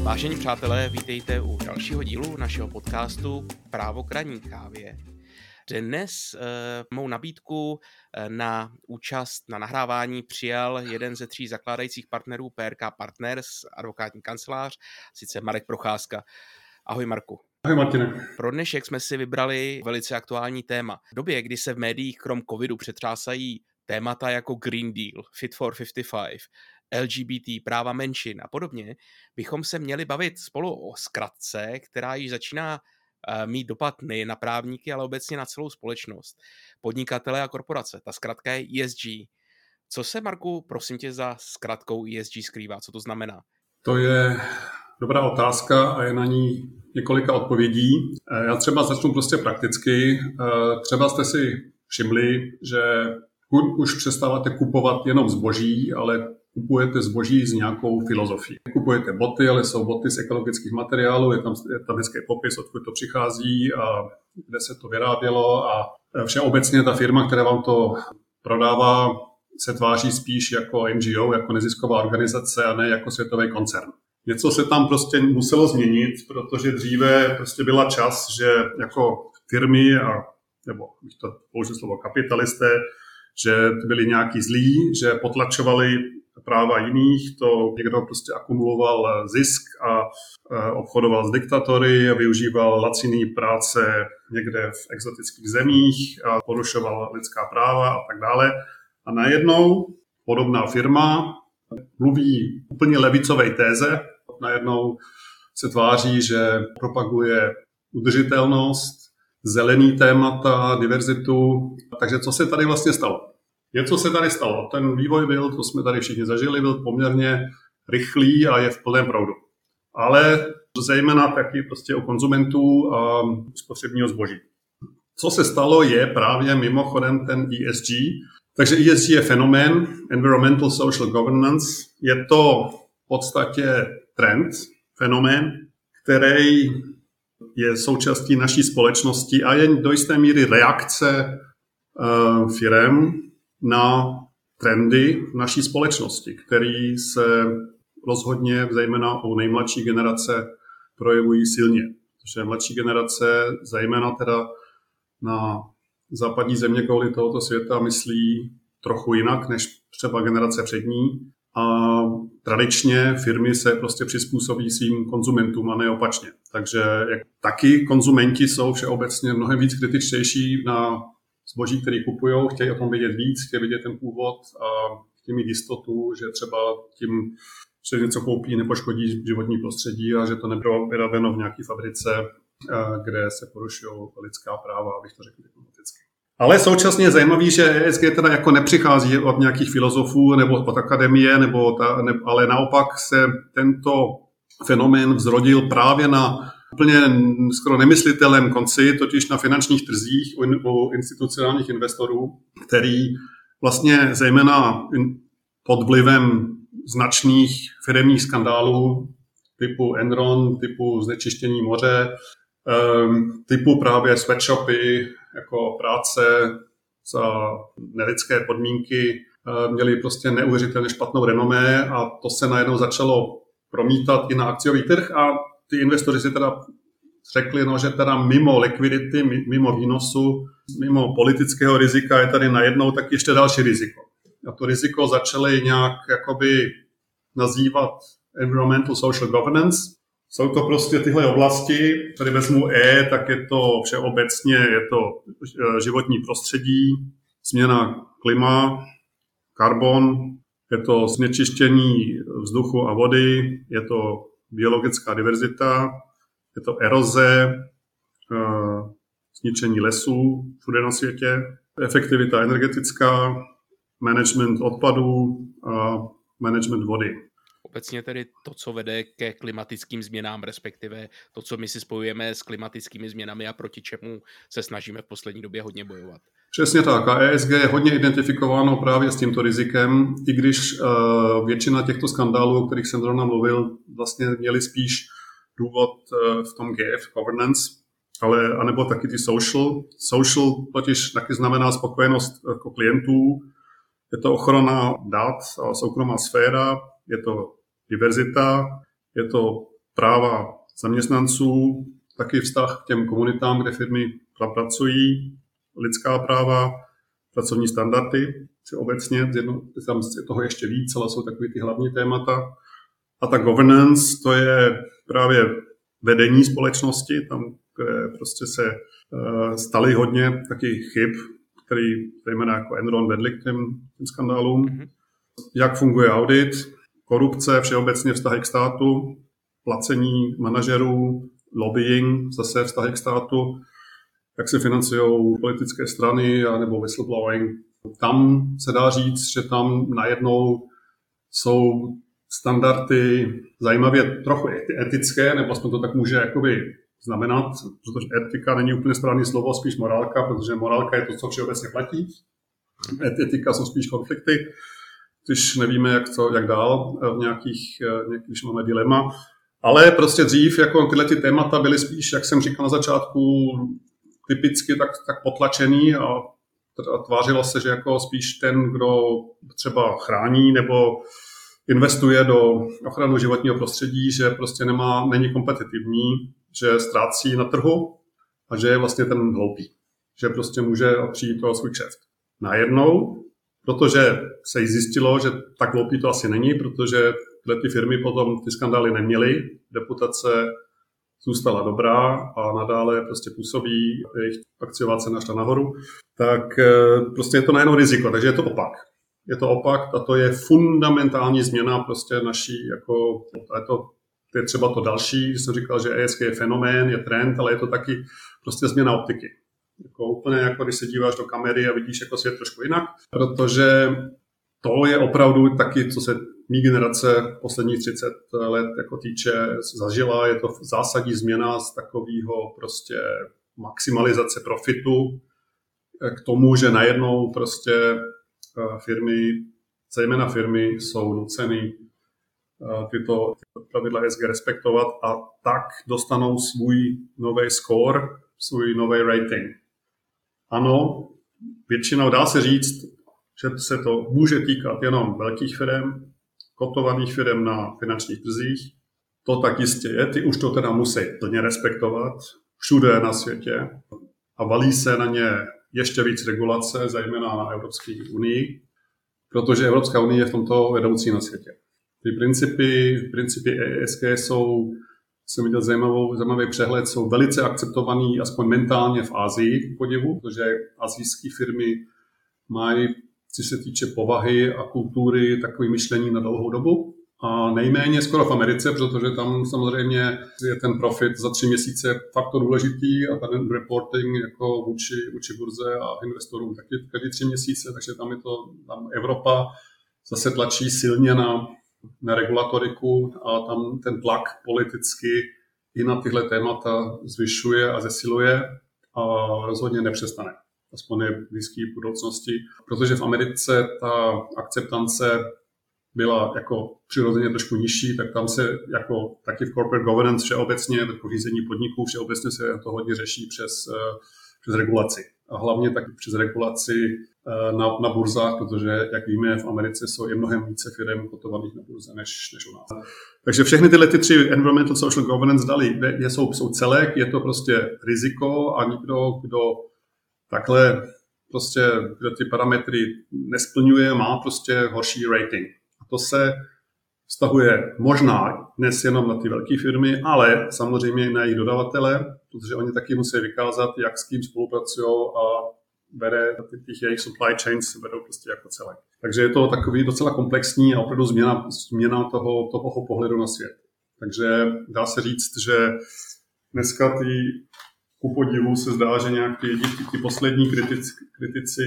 Vážení přátelé, vítejte u dalšího dílu našeho podcastu Právo k ranní kávě. Dnes mou nabídku na účast na nahrávání přijal jeden ze 3 zakládajících partnerů PRK Partners, advokátní kancelář, sice Marek Procházka. Ahoj Marku. Ahoj Martine. Pro dnešek jsme si vybrali velice aktuální téma. V době, kdy se v médiích krom covidu přetřásají témata jako Green Deal, Fit for 55, LGBT, práva menšin a podobně, bychom se měli bavit spolu o zkratce, která již začíná mít dopad nejen na právníky, ale obecně na celou společnost, podnikatele a korporace. Ta zkratka je ESG. Co se, Marku, prosím tě, za zkratkou ESG skrývá? Co to znamená? To je dobrá otázka a je na ní několika odpovědí. Já třeba začnu prostě prakticky. Třeba jste si všimli, že už přestáváte kupovat jenom zboží, ale kupujete zboží s nějakou filozofií. Kupujete boty, ale jsou boty z ekologických materiálů, je tam hezký popis, odkud to přichází a kde se to vyrábělo a všeobecně ta firma, která vám to prodává, se tváří spíš jako NGO, jako nezisková organizace a ne jako světový koncern. Něco se tam prostě muselo změnit, protože dříve prostě byla čas, že jako firmy, nebo bych to použil slovo kapitalisté, že byli nějaký zlí, že potlačovali práva jiných, to někdo prostě akumuloval zisk a obchodoval s diktatory a využíval laciný práce někde v exotických zemích a porušoval lidská práva a tak dále. A najednou podobná firma mluví úplně levicové téze, najednou se tváří, že propaguje udržitelnost, zelený témata, diverzitu. Takže co se tady vlastně stalo? Něco se tady stalo. Ten vývoj byl, to jsme tady všichni zažili, byl poměrně rychlý a je v plném proudu. Ale zejména taky prostě o konzumentů a spotřebního zboží. Co se stalo je právě mimochodem ten ESG. Takže ESG je fenomén, Environmental Social Governance. Je to v podstatě trend, fenomén, který je součástí naší společnosti a je do jisté míry reakce firem na trendy v naší společnosti, který se rozhodně, zejména u nejmladší generace, projevují silně. Protože mladší generace, zejména teda na západní zeměkouli tohoto světa, myslí trochu jinak než třeba generace přední. A tradičně firmy se prostě přizpůsobí svým konzumentům a ne opačně. Takže taky konzumenti jsou všeobecně mnohem víc kritičtější na zboží, který kupují, chtějí o tom vědět víc, chtějí vidět ten původ a chtějí mít jistotu, že třeba tím, že něco koupí, nepoškodí životní prostředí a že to nebylo vyrobeno v nějaké fabrice, kde se porušují lidská práva, abych to řekl diplomaticky. Ale současně je zajímavý, že ESG teda jako nepřichází od nějakých filozofů nebo od akademie, ale naopak se tento fenomén vzrodil právě na úplně skoro nemyslitelném konci, totiž na finančních trzích u institucionálních investorů, který vlastně zejména pod vlivem značných firemních skandálů typu Enron, typu znečištění moře, typu právě sweatshopy, jako práce za nelidské podmínky, měli prostě neuvěřitelně špatnou renomé a to se najednou začalo promítat i na akciový trh a ty investoři si teda řekli, že teda mimo likvidity, mimo výnosu, mimo politického rizika je tady najednou tak ještě další riziko. A to riziko začali nějak jakoby nazývat Environmental Social Governance. Jsou to prostě tyhle oblasti, tady vezmu tak je to všeobecně, je to životní prostředí, změna klima, karbon, je to znečištění vzduchu a vody, je to biologická diverzita, je to eroze, zničení lesů všude na světě, efektivita energetická, management odpadů a management vody. Obecně tedy to, co vede ke klimatickým změnám, respektive to, co my si spojujeme s klimatickými změnami a proti čemu se snažíme v poslední době hodně bojovat. Přesně tak. A ESG je hodně identifikováno právě s tímto rizikem, i když většina těchto skandálů, o kterých jsem zrovna mluvil, vlastně měli spíš důvod v tom governance, anebo taky ty social. Social totiž taky znamená spokojenost jako klientů, je to ochrana dat a soukromá sféra, je to diverzita, je to práva zaměstnanců, taky vztah k těm komunitám, kde firmy pracují, lidská práva, pracovní standardy, obecně, tam je toho ještě víc, ale jsou takový ty hlavní témata. A ta governance, to je právě vedení společnosti, tam kde prostě se staly hodně takových chyb, který zejména jako Enron vedli k těm skandálům. Jak funguje audit, korupce, všeobecně vztahy k státu, placení manažerů, lobbying, zase vztahy k státu, jak se financují politické strany nebo whistleblowing. Tam se dá říct, že tam najednou jsou standardy zajímavě trochu etické, nebo aspoň to tak může jakoby znamenat, protože etika není úplně správný slovo, spíš morálka, protože morálka je to, co všeobecně platí. Etika jsou spíš konflikty, když nevíme, jak dál v nějakých, když máme dilema. Ale prostě dřív jako tyhle ty témata byly spíš, jak jsem říkal na začátku, typicky tak potlačený a tvářilo se, že jako spíš ten, kdo třeba chrání nebo investuje do ochrany životního prostředí, že prostě není kompetitivní, že ztrácí na trhu a že je vlastně ten hloupý. Že prostě může přijít o svůj kšeft. Najednou, protože se jí zjistilo, že tak hloupý to asi není, protože ty firmy potom ty skandály neměly, reputace zůstala dobrá a nadále prostě působí, jejich akciová cena šla nahoru, tak prostě je to najednou riziko, takže je to opak. Je to opak a to je fundamentální změna prostě naší, jako, to je třeba to další, když jsem říkal, že ESG je fenomén, je trend, ale je to taky prostě změna optiky. Jako úplně jako když se díváš do kamery a vidíš jako svět trošku jinak, protože to je opravdu taky, co se mý generace posledních 30 let jako týče, zažila, je to zásadní změna z takového prostě maximalizace profitu k tomu, že najednou prostě firmy, zejména firmy, jsou nuceny tyto pravidla ESG respektovat a tak dostanou svůj nový score, svůj nový rating. Ano, většinou dá se říct, že se to může týkat jenom velkých firm, kotovaných firm na finančních trzích. To tak jistě je, ty už to teda musí plně respektovat všude na světě a valí se na ně ještě víc regulace, zejména na Evropské unii, protože Evropská unie je v tomto vedoucí na světě. Ty principy ESG jsou, jsem viděl zajímavý přehled, jsou velice akceptovaný, aspoň mentálně v Asii, podivu, protože asijské firmy mají, co se týče povahy a kultury, takové myšlení na dlouhou dobu. A nejméně skoro v Americe, protože tam samozřejmě je ten profit za 3 měsíce fakt důležitý a ten reporting jako vůči burze a investorům taky každý 3 měsíce, takže tam Evropa zase tlačí silně na regulatoriku a tam ten tlak politicky i na tyhle témata zvyšuje a zesiluje a rozhodně nepřestane. Aspoň je v blízké budoucnosti, protože v Americe ta akceptance byla jako přirozeně trošku nižší, tak tam se jako taky v corporate governance všeobecně, ve pořízení podniků všeobecně se to hodně řeší přes regulaci. A hlavně taky přes regulaci na burzách, protože, jak víme, v Americe jsou mnohem více firm kotovaných na burze než u nás. Takže všechny tyhle 3 environmental social governance jsou celek, je to prostě riziko a nikdo, kdo takhle prostě, kdo ty parametry nesplňuje, má prostě horší rating. A to se vztahuje možná dnes jenom na ty velké firmy, ale samozřejmě i na jejich dodavatele, protože oni taky musí vykázat, jak s kým spolupracují a bere těch jejich supply chains vedou prostě jako celek. Takže je to takový docela komplexní a opravdu změna toho pohledu na svět. Takže dá se říct, že dneska ku podivu se zdá, že nějak ty poslední kritici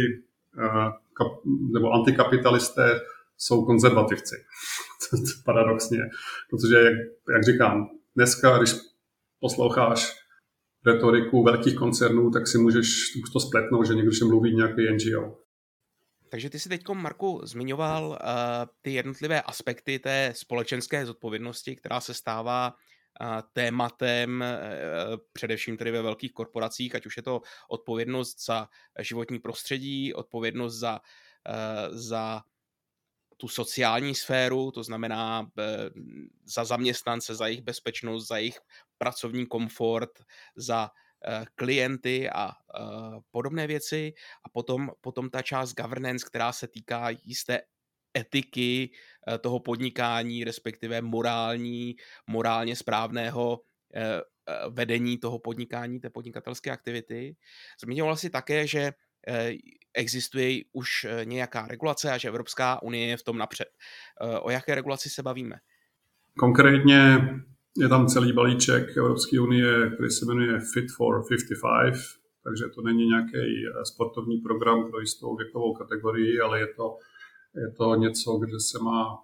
nebo antikapitalisté jsou konzervativci. Paradoxně. Protože, jak říkám, dneska, když posloucháš retoriku velkých koncernů, tak si můžeš to spletnout, že někdo mluví nějaký NGO. Takže ty jsi teď, Marku, zmiňoval ty jednotlivé aspekty té společenské zodpovědnosti, která se stává tématem především tedy ve velkých korporacích, ať už je to odpovědnost za životní prostředí, odpovědnost za tu sociální sféru, to znamená za zaměstnance, za jejich bezpečnost, za jejich pracovní komfort, za klienty a podobné věci. A potom ta část governance, která se týká jisté etiky toho podnikání, respektive morálně správného vedení toho podnikání, té podnikatelské aktivity. Zmiňoval si také, že existuje už nějaká regulace a že Evropská unie je v tom napřed. O jaké regulaci se bavíme? Konkrétně je tam celý balíček Evropské unie, který se jmenuje Fit for 55, takže to není nějaký sportovní program pro jistou věkovou kategorii, ale je to něco, kde se má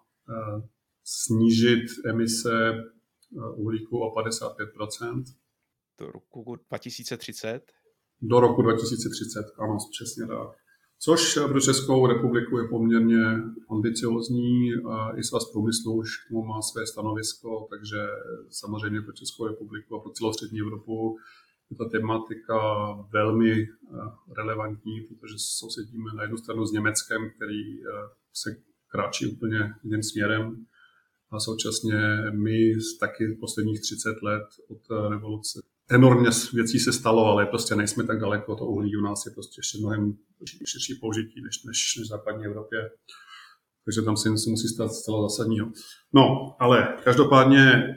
snížit emise uhlíku o 55%. Do roku 2030? Do roku 2030, ano, přesně tak. Což pro Českou republiku je poměrně ambiciózní. I Svaz průmyslu už k tomu má své stanovisko, takže samozřejmě pro Českou republiku a pro celou střední Evropu je ta tematika velmi relevantní, protože sousedíme na jednu stranu s Německem, který se kráčí úplně jiným směrem. A současně my taky posledních 30 let od revoluce enormně věcí se stalo, ale prostě nejsme tak daleko. To uhlí u nás je prostě ještě mnohem širší použití než v západní Evropě. Takže tam se musí stát zcela zásadního. No, ale každopádně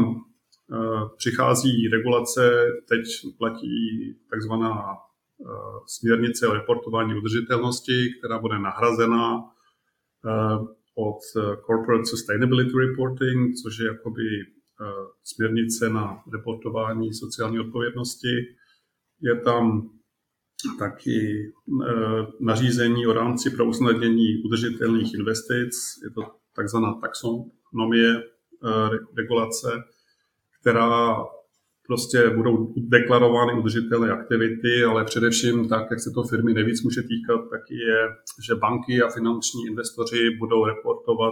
přichází regulace, teď platí takzvaná směrnice o reportování udržitelnosti, která bude nahrazena od Corporate Sustainability Reporting, což je jakoby směrnice na reportování sociální odpovědnosti. Je tam taky nařízení o rámci pro usnadnění udržitelných investic. Je to takzvaná taxonomie regulace, která prostě budou deklarovány udržitelné aktivity, ale především tak, jak se to firmy nejvíc může týkat, taky je, že banky a finanční investoři budou reportovat,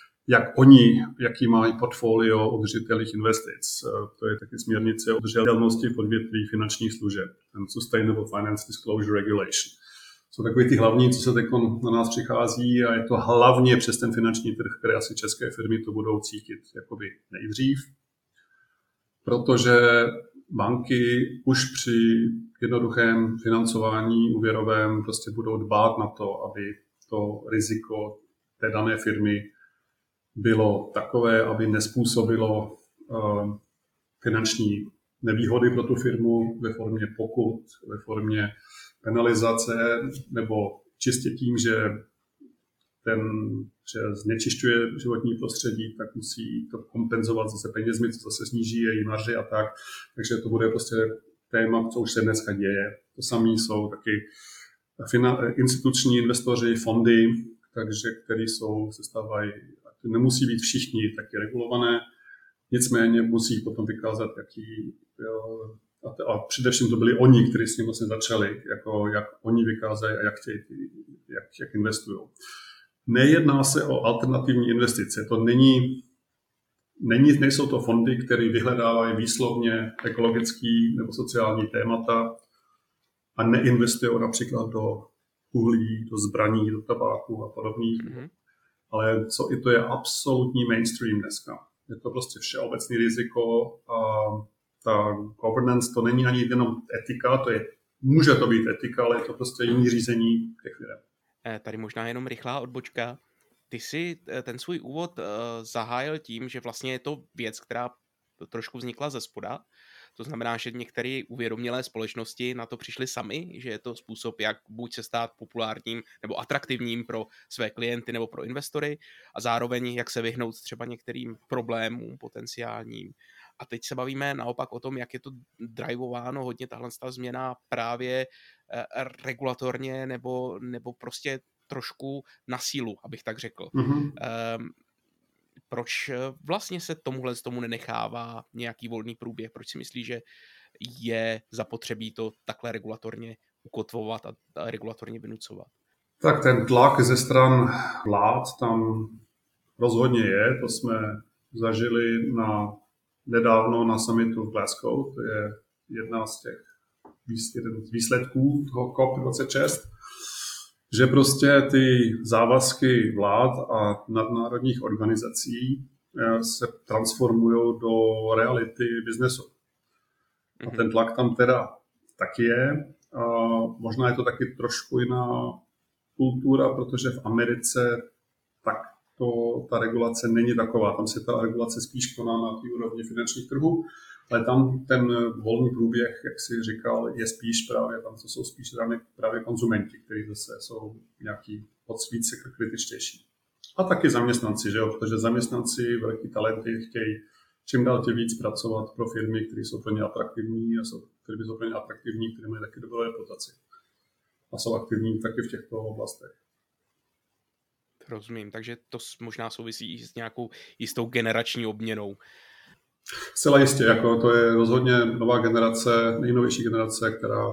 jaký mají portfolio udržitelných investic. To je taky směrnice o udržitelnosti v odvětví finančních služeb, ten Sustainable Finance Disclosure Regulation. Jsou takové ty hlavní, co se teď na nás přichází a je to hlavně přes ten finanční trh, které asi české firmy to budou cítit jakoby nejdřív, protože banky už při jednoduchém financování úvěrovém prostě budou dbát na to, aby to riziko té dané firmy bylo takové, aby nespůsobilo finanční nevýhody pro tu firmu ve formě pokut, ve formě penalizace, nebo čistě tím, že znečišťuje životní prostředí, tak musí to kompenzovat zase penězmi, co zase sníží její marži a tak. Takže to bude prostě téma, co už se dneska děje. To samé jsou taky instituční investoři, fondy, takže který se stávají, nemusí být všichni taky regulované, nicméně musí potom vykázat, a především to byli oni, kteří s tím vlastně začali, jak oni vykázají a jak investují. Nejedná se o alternativní investice. To nejsou to fondy, které vyhledávají výslovně ekologický nebo sociální témata a neinvestují například do uhlí, do zbraní, do tabáku a podobných. Mm-hmm. Ale to je absolutní mainstream dneska. Je to prostě všeobecný riziko a ta governance to není ani jenom etika, může to být etika, ale je to prostě jiný řízení těch firem. Tady možná jenom rychlá odbočka. Ty si ten svůj úvod zahájil tím, že vlastně je to věc, která trošku vznikla ze spoda. To znamená, že některé uvědomělé společnosti na to přišly sami, že je to způsob, jak buď se stát populárním nebo atraktivním pro své klienty nebo pro investory a zároveň jak se vyhnout třeba některým problémům potenciálním. A teď se bavíme naopak o tom, jak je to drivováno hodně tahle změna právě regulatorně nebo prostě trošku na sílu, abych tak řekl. Mm-hmm. Proč vlastně se tomu nenechává nějaký volný průběh? Proč si myslíš, že je zapotřebí to takhle regulatorně ukotvovat a regulatorně vynucovat? Tak ten tlak ze stran vlád tam rozhodně je. To jsme zažili nedávno na summitu v Glasgow. To je jeden z výsledků toho COP26. že prostě ty závazky vlád a nadnárodních organizací se transformují do reality biznesu. A ten tlak tam teda taky je. A možná je to taky trošku jiná kultura, protože v Americe ta regulace není taková. Tam se ta regulace spíš koná na té úrovni finančních trhů, ale tam ten volný průběh, jak si říkal, je spíš právě, tam to jsou spíš právě konzumenti, kteří zase jsou nějaký více kritičtější. A taky zaměstnanci, že jo? Protože zaměstnanci, velký talenty chtějí čím dál tím víc pracovat pro firmy, které jsou pro ně atraktivní které mají taky dobrou reputaci. A jsou aktivní taky v těchto oblastech. Rozumím, takže to možná souvisí s nějakou jistou generační obměnou. Zcela jistě, jako to je rozhodně nová generace, nejnovější generace,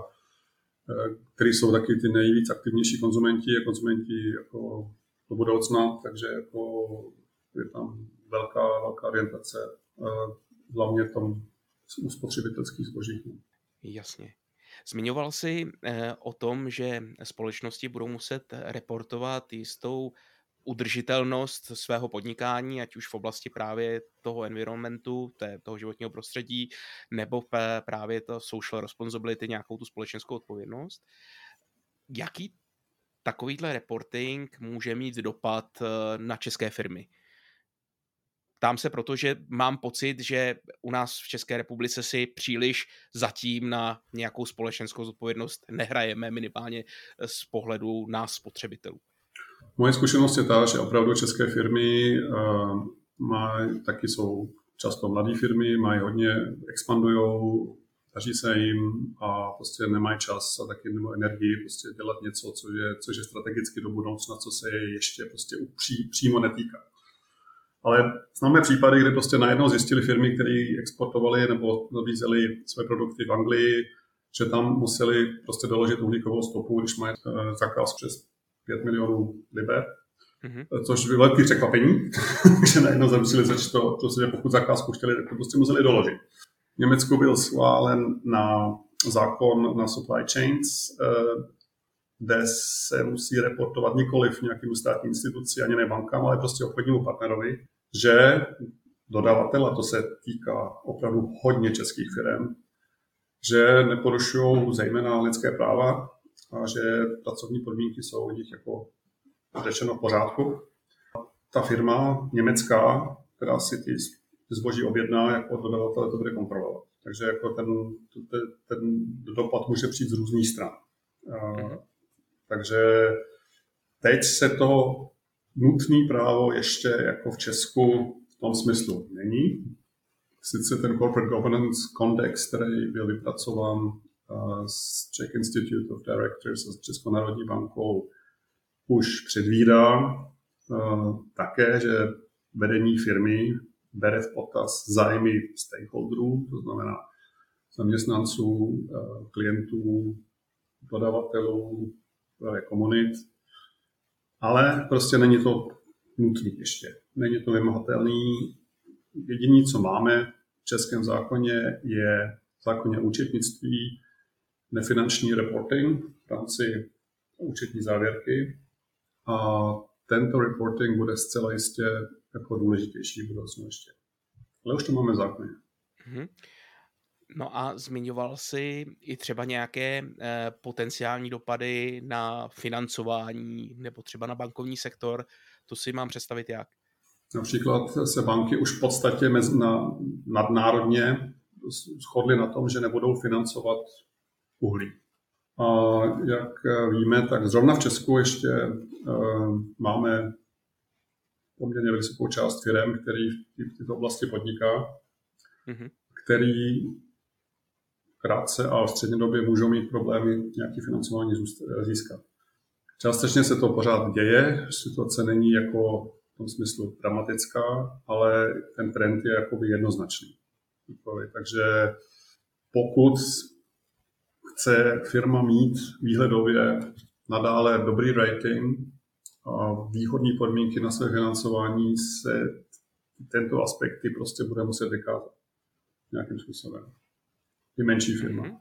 který jsou taky ty nejvíc aktivnější konzumenti jako do budoucna, takže jako je tam velká orientace, hlavně v tom u spotřebitelských zbožích. Jasně. Zmiňoval jsi o tom, že společnosti budou muset reportovat jistou udržitelnost svého podnikání, ať už v oblasti právě toho environmentu, toho životního prostředí, nebo právě to social responsibility, nějakou tu společenskou odpovědnost. Jaký takovýhle reporting může mít dopad na české firmy? Ptám se, protože mám pocit, že u nás v České republice si příliš zatím na nějakou společenskou zodpovědnost nehrajeme, minimálně z pohledu nás spotřebitelů. Moje zkušenost je ta, že opravdu české firmy taky jsou často mladé firmy, mají hodně, expandujou, daří se jim a prostě nemají čas a taky nemají energii prostě dělat něco, což je strategicky do budoucna, co se ještě prostě přímo netýká. Ale známe případy, kdy prostě najednou zjistili firmy, které exportovaly nebo nabízely své produkty v Anglii, že tam museli prostě doložit uhlíkovou stopu, když mají zakaz přes 5 milionů liber, což by velké překvapení, že najednou zamusili začít to, že pokud zakázku chtěli, tak to prostě museli doložit. V Německu byl schválen zákon na supply chains, kde se musí reportovat nikoliv nějakému státní instituci, ani ne bankám, ale prostě obchodnímu partnerovi, že dodavatel, a to se týká opravdu hodně českých firm, že neporušují zejména lidské práva a že pracovní podmínky jsou u nich jako řečeno v pořádku. Ta firma německá, která si ty zboží objedná, jako dodavatel to bude kontrolovat. Takže jako ten dopad může přijít z různých stran. Takže teď se to nutné právo ještě jako v Česku v tom smyslu není. Sice ten Corporate Governance Codex, který byl vypracován s Czech Institute of Directors a s Českou národní bankou, už předvídá také, že vedení firmy bere v potaz zájmy stakeholderů, to znamená zaměstnanců, klientů, dodavatelů, komunit, ale prostě není to nutný ještě. Není to vymahatelný. Jediné, co máme v českém zákoně, je v zákoně účetnictví nefinanční reporting v rámci účetní závěrky a tento reporting bude zcela jistě jako důležitější v budoucnu ještě. Ale už to máme v zákoně. No a zmiňoval jsi i třeba nějaké potenciální dopady na financování nebo třeba na bankovní sektor. To si mám představit jak? Například se banky už v podstatě nadnárodně shodly na tom, že nebudou financovat uhlí. A jak víme, tak zrovna v Česku ještě máme poměrně vysokou část firem, který v této oblasti podniká, který krátce a v střední době můžou mít problémy nějaké financování získat. Částečně se to pořád děje, situace není jako v tom smyslu dramatická, ale ten trend je jakoby jednoznačný. Takže pokud chce firma mít výhledově nadále dobrý rating a výhodné podmínky na své financování, se tento aspekty prostě bude muset vykázat nějakým způsobem. I menší firma.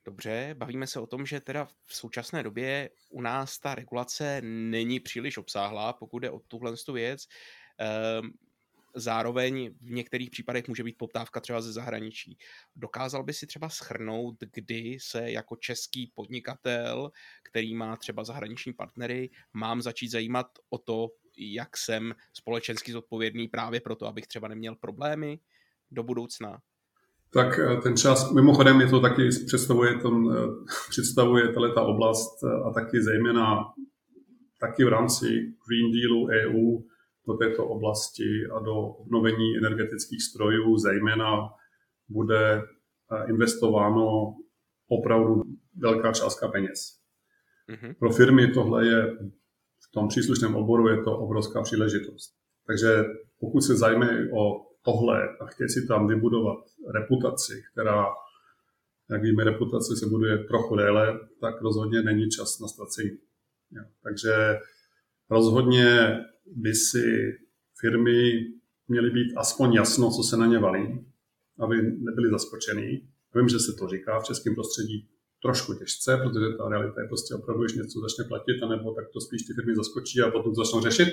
Dobře, bavíme se o tom, že teda v současné době u nás ta regulace není příliš obsáhlá, pokud jde o tuhle věc. Ehm, Zároveň v některých případech může být poptávka třeba ze zahraničí. Dokázal by si třeba shrnout, kdy se jako český podnikatel, který má třeba zahraniční partnery, mám začít zajímat o to, jak jsem společensky zodpovědný právě proto, abych třeba neměl problémy do budoucna? Tak ten čas, mimochodem je to taky, představuje ta oblast a taky zejména taky v rámci Green Dealu EU do této oblasti a do obnovení energetických strojů zejména bude investováno opravdu velká částka peněz. Mm-hmm. Pro firmy tohle je v tom příslušném oboru je to obrovská příležitost. Takže pokud se zájme o tohle a chtějí si tam vybudovat reputaci, která, jak víme, reputace se buduje trochu déle, tak rozhodně není čas na ztracení. Takže rozhodně by si firmy měly být aspoň jasno, co se na ně valí, aby nebyly zaskočený. Vím, že se to říká v českém prostředí trošku těžce, protože ta realita je prostě opravdu, když něco začne platit, anebo tak to spíš ty firmy zaskočí a potom začnou řešit.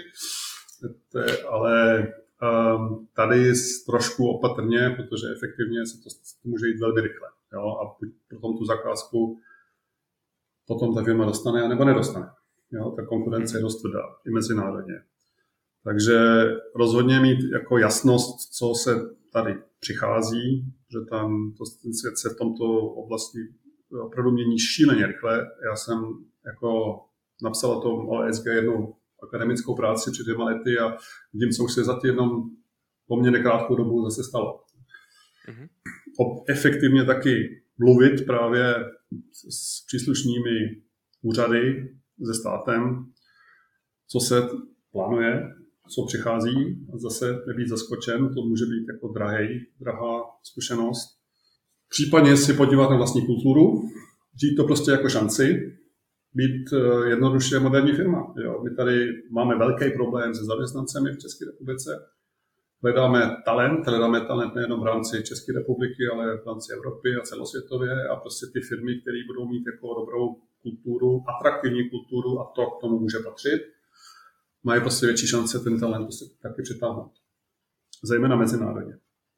Ale tady trošku opatrně, protože efektivně se to může jít velmi rychle. Jo? A potom tu zakázku potom ta firma dostane, anebo nedostane. Jo? Ta konkurence je dost tvrdá, i mezinárodně. Takže rozhodně mít jako jasnost, co se tady přichází, že tam to svět se v tomto oblasti opravdu mění šíleně rychle. Já jsem jako napsal o tom ESG jednu akademickou práci před 2 lety a vidím, co už se za jednom poměrně krátkou dobu zase stalo. Mm-hmm. Efektivně taky mluvit právě s příslušnými úřady, se státem, co se plánuje, co přichází, a zase nebýt zaskočen, to může být jako drahá zkušenost. Případně si podívat na vlastní kulturu, žít to prostě jako šanci, být jednoduše moderní firma. Jo. My tady máme velký problém se zaměstnancemi v České republice. Hledáme talent nejenom v rámci České republiky, ale v rámci Evropy a celosvětově a prostě ty firmy, které budou mít jako dobrou kulturu, atraktivní kulturu a to k tomu může patřit, mají prostě větší šance ten talent prostě taky přitáhnout. Zejména mezinárodně.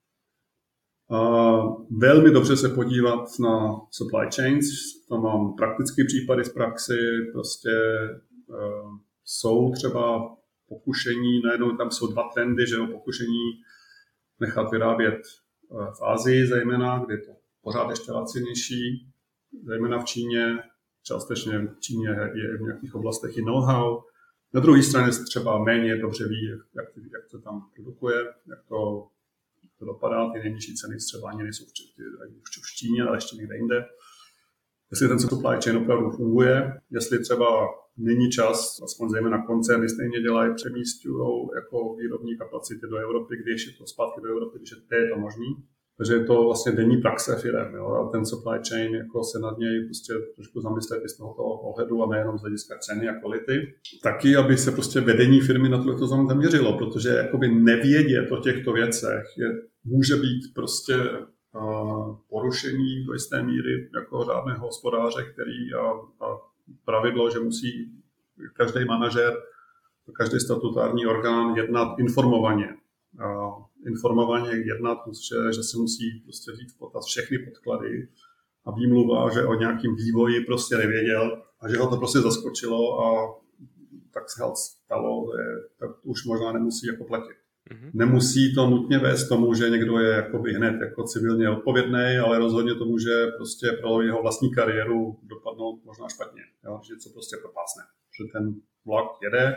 Velmi dobře se podívat na supply chains, tam mám praktické případy z praxi, prostě jsou třeba pokušení, najednou tam jsou 2 trendy, že jo, pokušení nechat vyrábět v Asii zejména, kde je to pořád ještě lacinější, zejména v Číně, částečně v Číně je v nějakých oblastech i know-how. Na druhé straně se třeba méně dobře ví, jak to tam produkuje, jak to dopadá, ty nejnižší ceny třeba ani nejsou v Číně, ale ještě někde jinde. Jestli ten supply chain opravdu funguje, jestli třeba není čas, aspoň zejména koncerny stejně dělají, přemísťují jako výrobní kapacity do Evropy, když je to zpátky do Evropy, když je to možný. Takže je to vlastně denní praxe firem, jo? A ten supply chain jako se nad něj prostě trošku zamyslet i z tohoto ohledu a nejenom z hlediska ceny a kvality. Taky, aby se prostě vedení firmy na tohleto zaměřilo, protože jakoby nevědět o těchto věcech může být prostě porušení do jisté míry jako řádného hospodáře, který a pravidlo, že musí každý manažer, každý statutární orgán jednat informovaně. Informovaně jednat, že se musí prostě vzít v potaz všechny podklady a výmluva, že o nějakým vývoji prostě nevěděl a že ho to prostě zaskočilo a tak se stalo, že tak už možná nemusí jako platit. Mm-hmm. Nemusí to nutně vést tomu, že někdo je jakoby hned jako civilně odpovědný, ale rozhodně to může prostě pro jeho vlastní kariéru dopadnout možná špatně, jo? Že něco prostě propásne. Že ten vlak jede,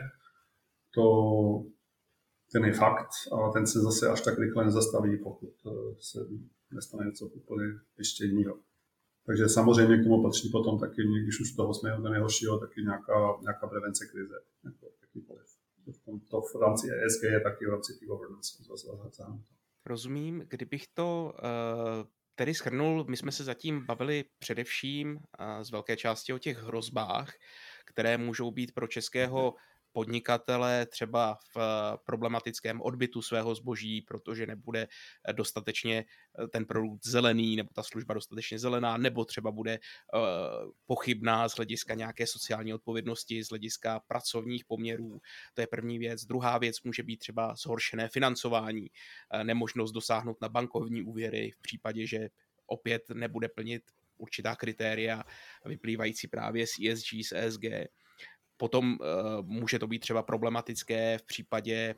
ten je fakt a ten se zase až tak rychle nezastaví, pokud se nestane něco úplně ještě jiného. Takže samozřejmě k tomu patří potom taky, když už toho jsme od nejhoršího, taky nějaká prevence krize. To v rámci ESG je taky v rámci governance. Rozumím. Kdybych to tedy shrnul, my jsme se zatím bavili především z velké části o těch hrozbách, které můžou být pro českého podnikatele třeba v problematickém odbytu svého zboží, protože nebude dostatečně ten produkt zelený nebo ta služba dostatečně zelená, nebo třeba bude pochybná z hlediska nějaké sociální odpovědnosti, z hlediska pracovních poměrů. To je první věc. Druhá věc může být třeba zhoršené financování, nemožnost dosáhnout na bankovní úvěry v případě, že opět nebude plnit určitá kritéria vyplývající právě z ESG, z ESG. Potom může to být třeba problematické v případě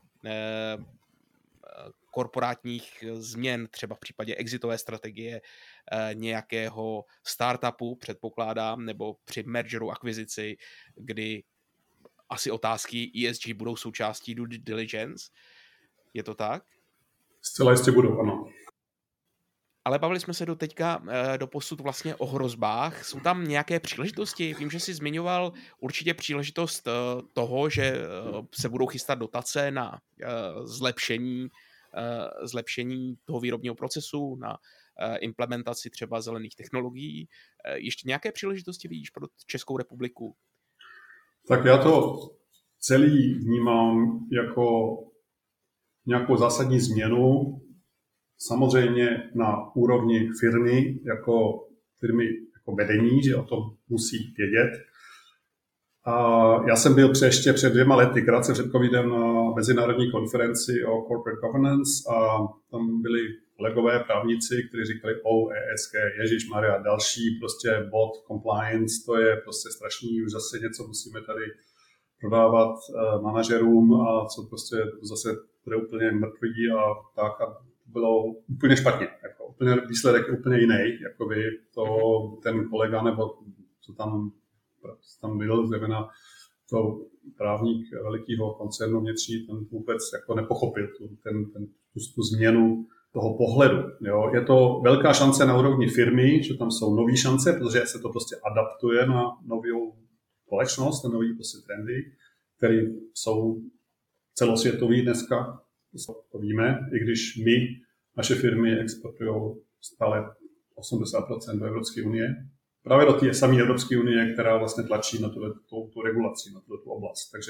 korporátních změn, třeba v případě exitové strategie nějakého startupu, předpokládám, nebo při mergeru, akvizici, kdy asi otázky ESG budou součástí due diligence. Je to tak? Zcela jistě budou, ano. Ale bavili jsme se do posud vlastně o hrozbách. Jsou tam nějaké příležitosti? Vím, že jsi zmiňoval určitě příležitost toho, že se budou chystat dotace na zlepšení toho výrobního procesu, na implementaci třeba zelených technologií. Ještě nějaké příležitosti vidíš pro Českou republiku? Tak já to celý vnímám jako nějakou zásadní změnu, samozřejmě na úrovni firmy, jako vedení, že o tom musí vědět. A já jsem byl ještě před 2 lety, krátce před covidem, na mezinárodní konferenci o corporate governance a tam byli kolegové právníci, kteří říkali ESG, ježišmarja, další prostě bod compliance, to je prostě strašný, už zase něco musíme tady prodávat manažerům a co prostě zase bude úplně mrtvý a tak a bylo úplně špatně, jako úplně výsledek je úplně jiný, jakoby to ten kolega nebo co tam byl, zejména to právník velikého koncernu vnitřní, ten vůbec jako nepochopil tu změnu toho pohledu. Jo. Je to velká šance na úrovni firmy, že tam jsou nové šance, protože se to prostě adaptuje na novou společnost, na nový prostě trendy, které jsou celosvětový dneska, to víme, i když naše firmy exportují stále 80% do Evropské unie. Právě do té samé Evropské unie, která vlastně tlačí na tu regulaci, na tu oblast. Takže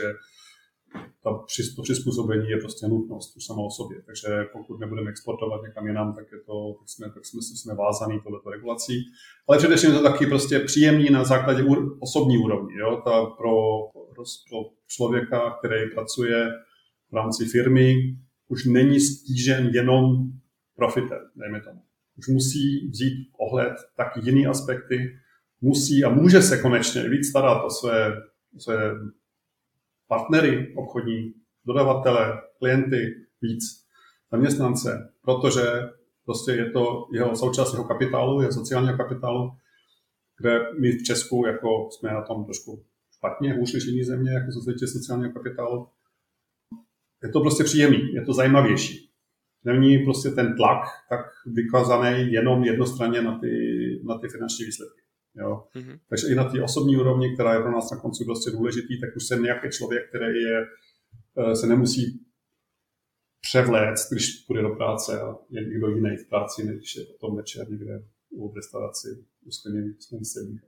to přizpůsobení je prostě nutnost už sama o sobě. Takže pokud nebudeme exportovat někam jinam, tak jsme vázaný touto regulací. Ale především je to taky prostě příjemný na základě osobní úrovni. Jo? Pro člověka, který pracuje v rámci firmy, už není stížen jenom profitem, dejme tomu. Už musí vzít ohled taky jiný aspekty, musí a může se konečně víc starat o své partnery obchodní, dodavatele, klienty, víc zaměstnance, protože prostě je to jeho součást jeho kapitálu, jeho sociálního kapitálu, kde my v Česku jako jsme na tom trošku špatně, hůř než jiný země, jako co se týče sociálního kapitálu. Je to prostě příjemný, je to zajímavější. Není prostě ten tlak tak vykazaný jenom jednostranně na ty finanční výsledky. Jo? Mm-hmm. Takže i na té osobní úrovni, která je pro nás na konci prostě důležitý, tak už jsem nějaký člověk, který se nemusí převléct, když půjde do práce a je někdo jiný v práci, než je potom večer někde v restauraci u skleněný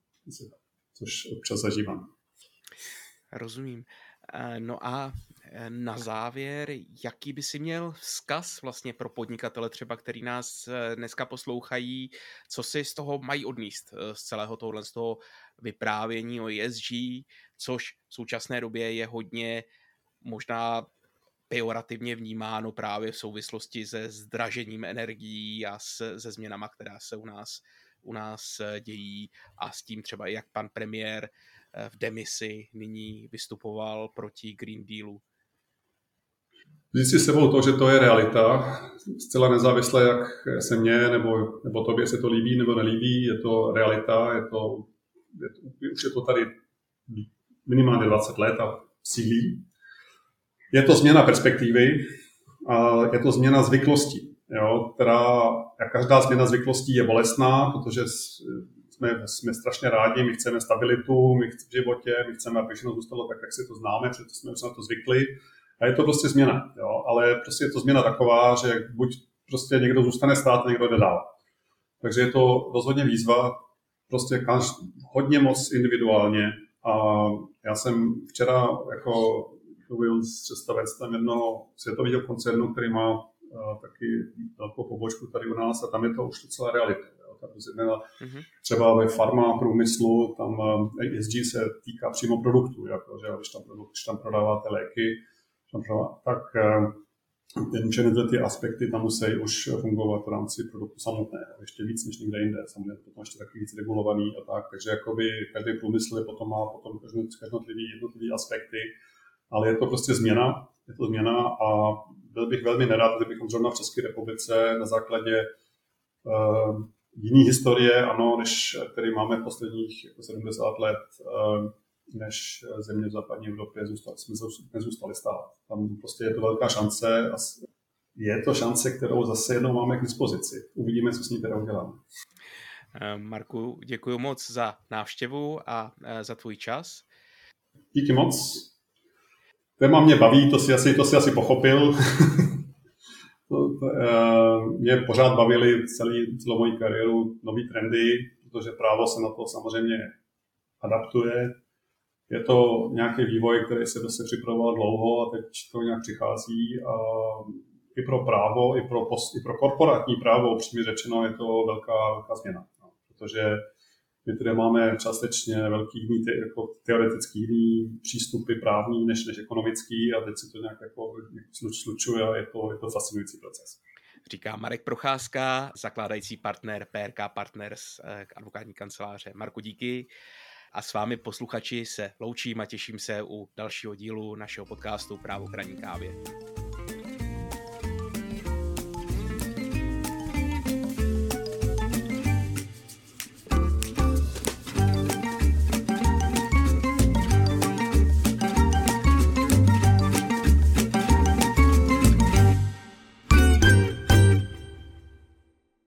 což občas zažívám. Rozumím. No a na závěr, jaký by si měl vzkaz vlastně pro podnikatele třeba, který nás dneska poslouchají, co si z toho mají odníst z celého tohohle z toho vyprávění o ESG, což v současné době je hodně možná pejorativně vnímáno právě v souvislosti se zdražením energií a se změnama, která se u nás dějí a s tím třeba jak pan premiér v demisi nyní vystupoval proti Green Dealu. Vzít si sebou to, že to je realita, zcela nezávisle, jak se mně nebo tobě se to líbí nebo nelíbí, je to realita, už je to tady minimálně 20 let a sílí. Je to změna perspektivy a je to změna zvyklostí, jo, která, jak každá změna zvyklostí je bolestná, protože jsme strašně rádi, my chceme stabilitu, my chceme v životě, my chceme, aby všechno zůstalo tak, jak si to známe, protože jsme už na to zvykli. A je to prostě změna, jo, ale prostě je to změna taková, že buď prostě někdo zůstane stát, někdo jde dál. Takže je to rozhodně výzva, prostě hodně moc individuálně A já jsem včera jako mluvil s představenstvem jednoho světového koncernu, který má taky velkou pobočku tady u nás a tam je to už docela realita. Třeba ve farma průmyslu, tam ESG se týká přímo produktů, jako, že když tam prodáváte léky, tak ty aspekty tam musí už fungovat v rámci produktu samotného, ještě víc než někde jinde, samozřejmě potom ještě taky víc regulovaný a tak, takže jakoby každý průmysl potom má jednotlivý aspekty, ale je to prostě změna, a byl bych velmi nerad, kdybychom zrovna v České republice na základě jiný historie, ano, který máme posledních jako 70 let, než země v západní Evropě, jsme nezůstali stát. Tam prostě je to velká šance a je to šance, kterou zase jednou máme k dispozici. Uvidíme, co s ní teda uděláme. Marku, děkuji moc za návštěvu a za tvůj čas. Díky moc. Téma mě baví, to si asi pochopil. Mě pořád bavily celou moji kariéru nový trendy, protože právo se na to samozřejmě adaptuje. Je to nějaký vývoj, který se připravoval dlouho a teď to nějak přichází. A i pro právo, i pro korporátní právo, upřímně řečeno, je to velká změna. Protože my tady máme částečně velký jako teoretický jiný přístupy právní než ekonomický a teď se to nějak jako slučuje a je to fascinující proces. Říká Marek Procházka, zakládající partner PRK Partners, advokátní kanceláře. Marku, díky. A s vámi posluchači se loučím a těším se u dalšího dílu našeho podcastu Právo k ranní kávě.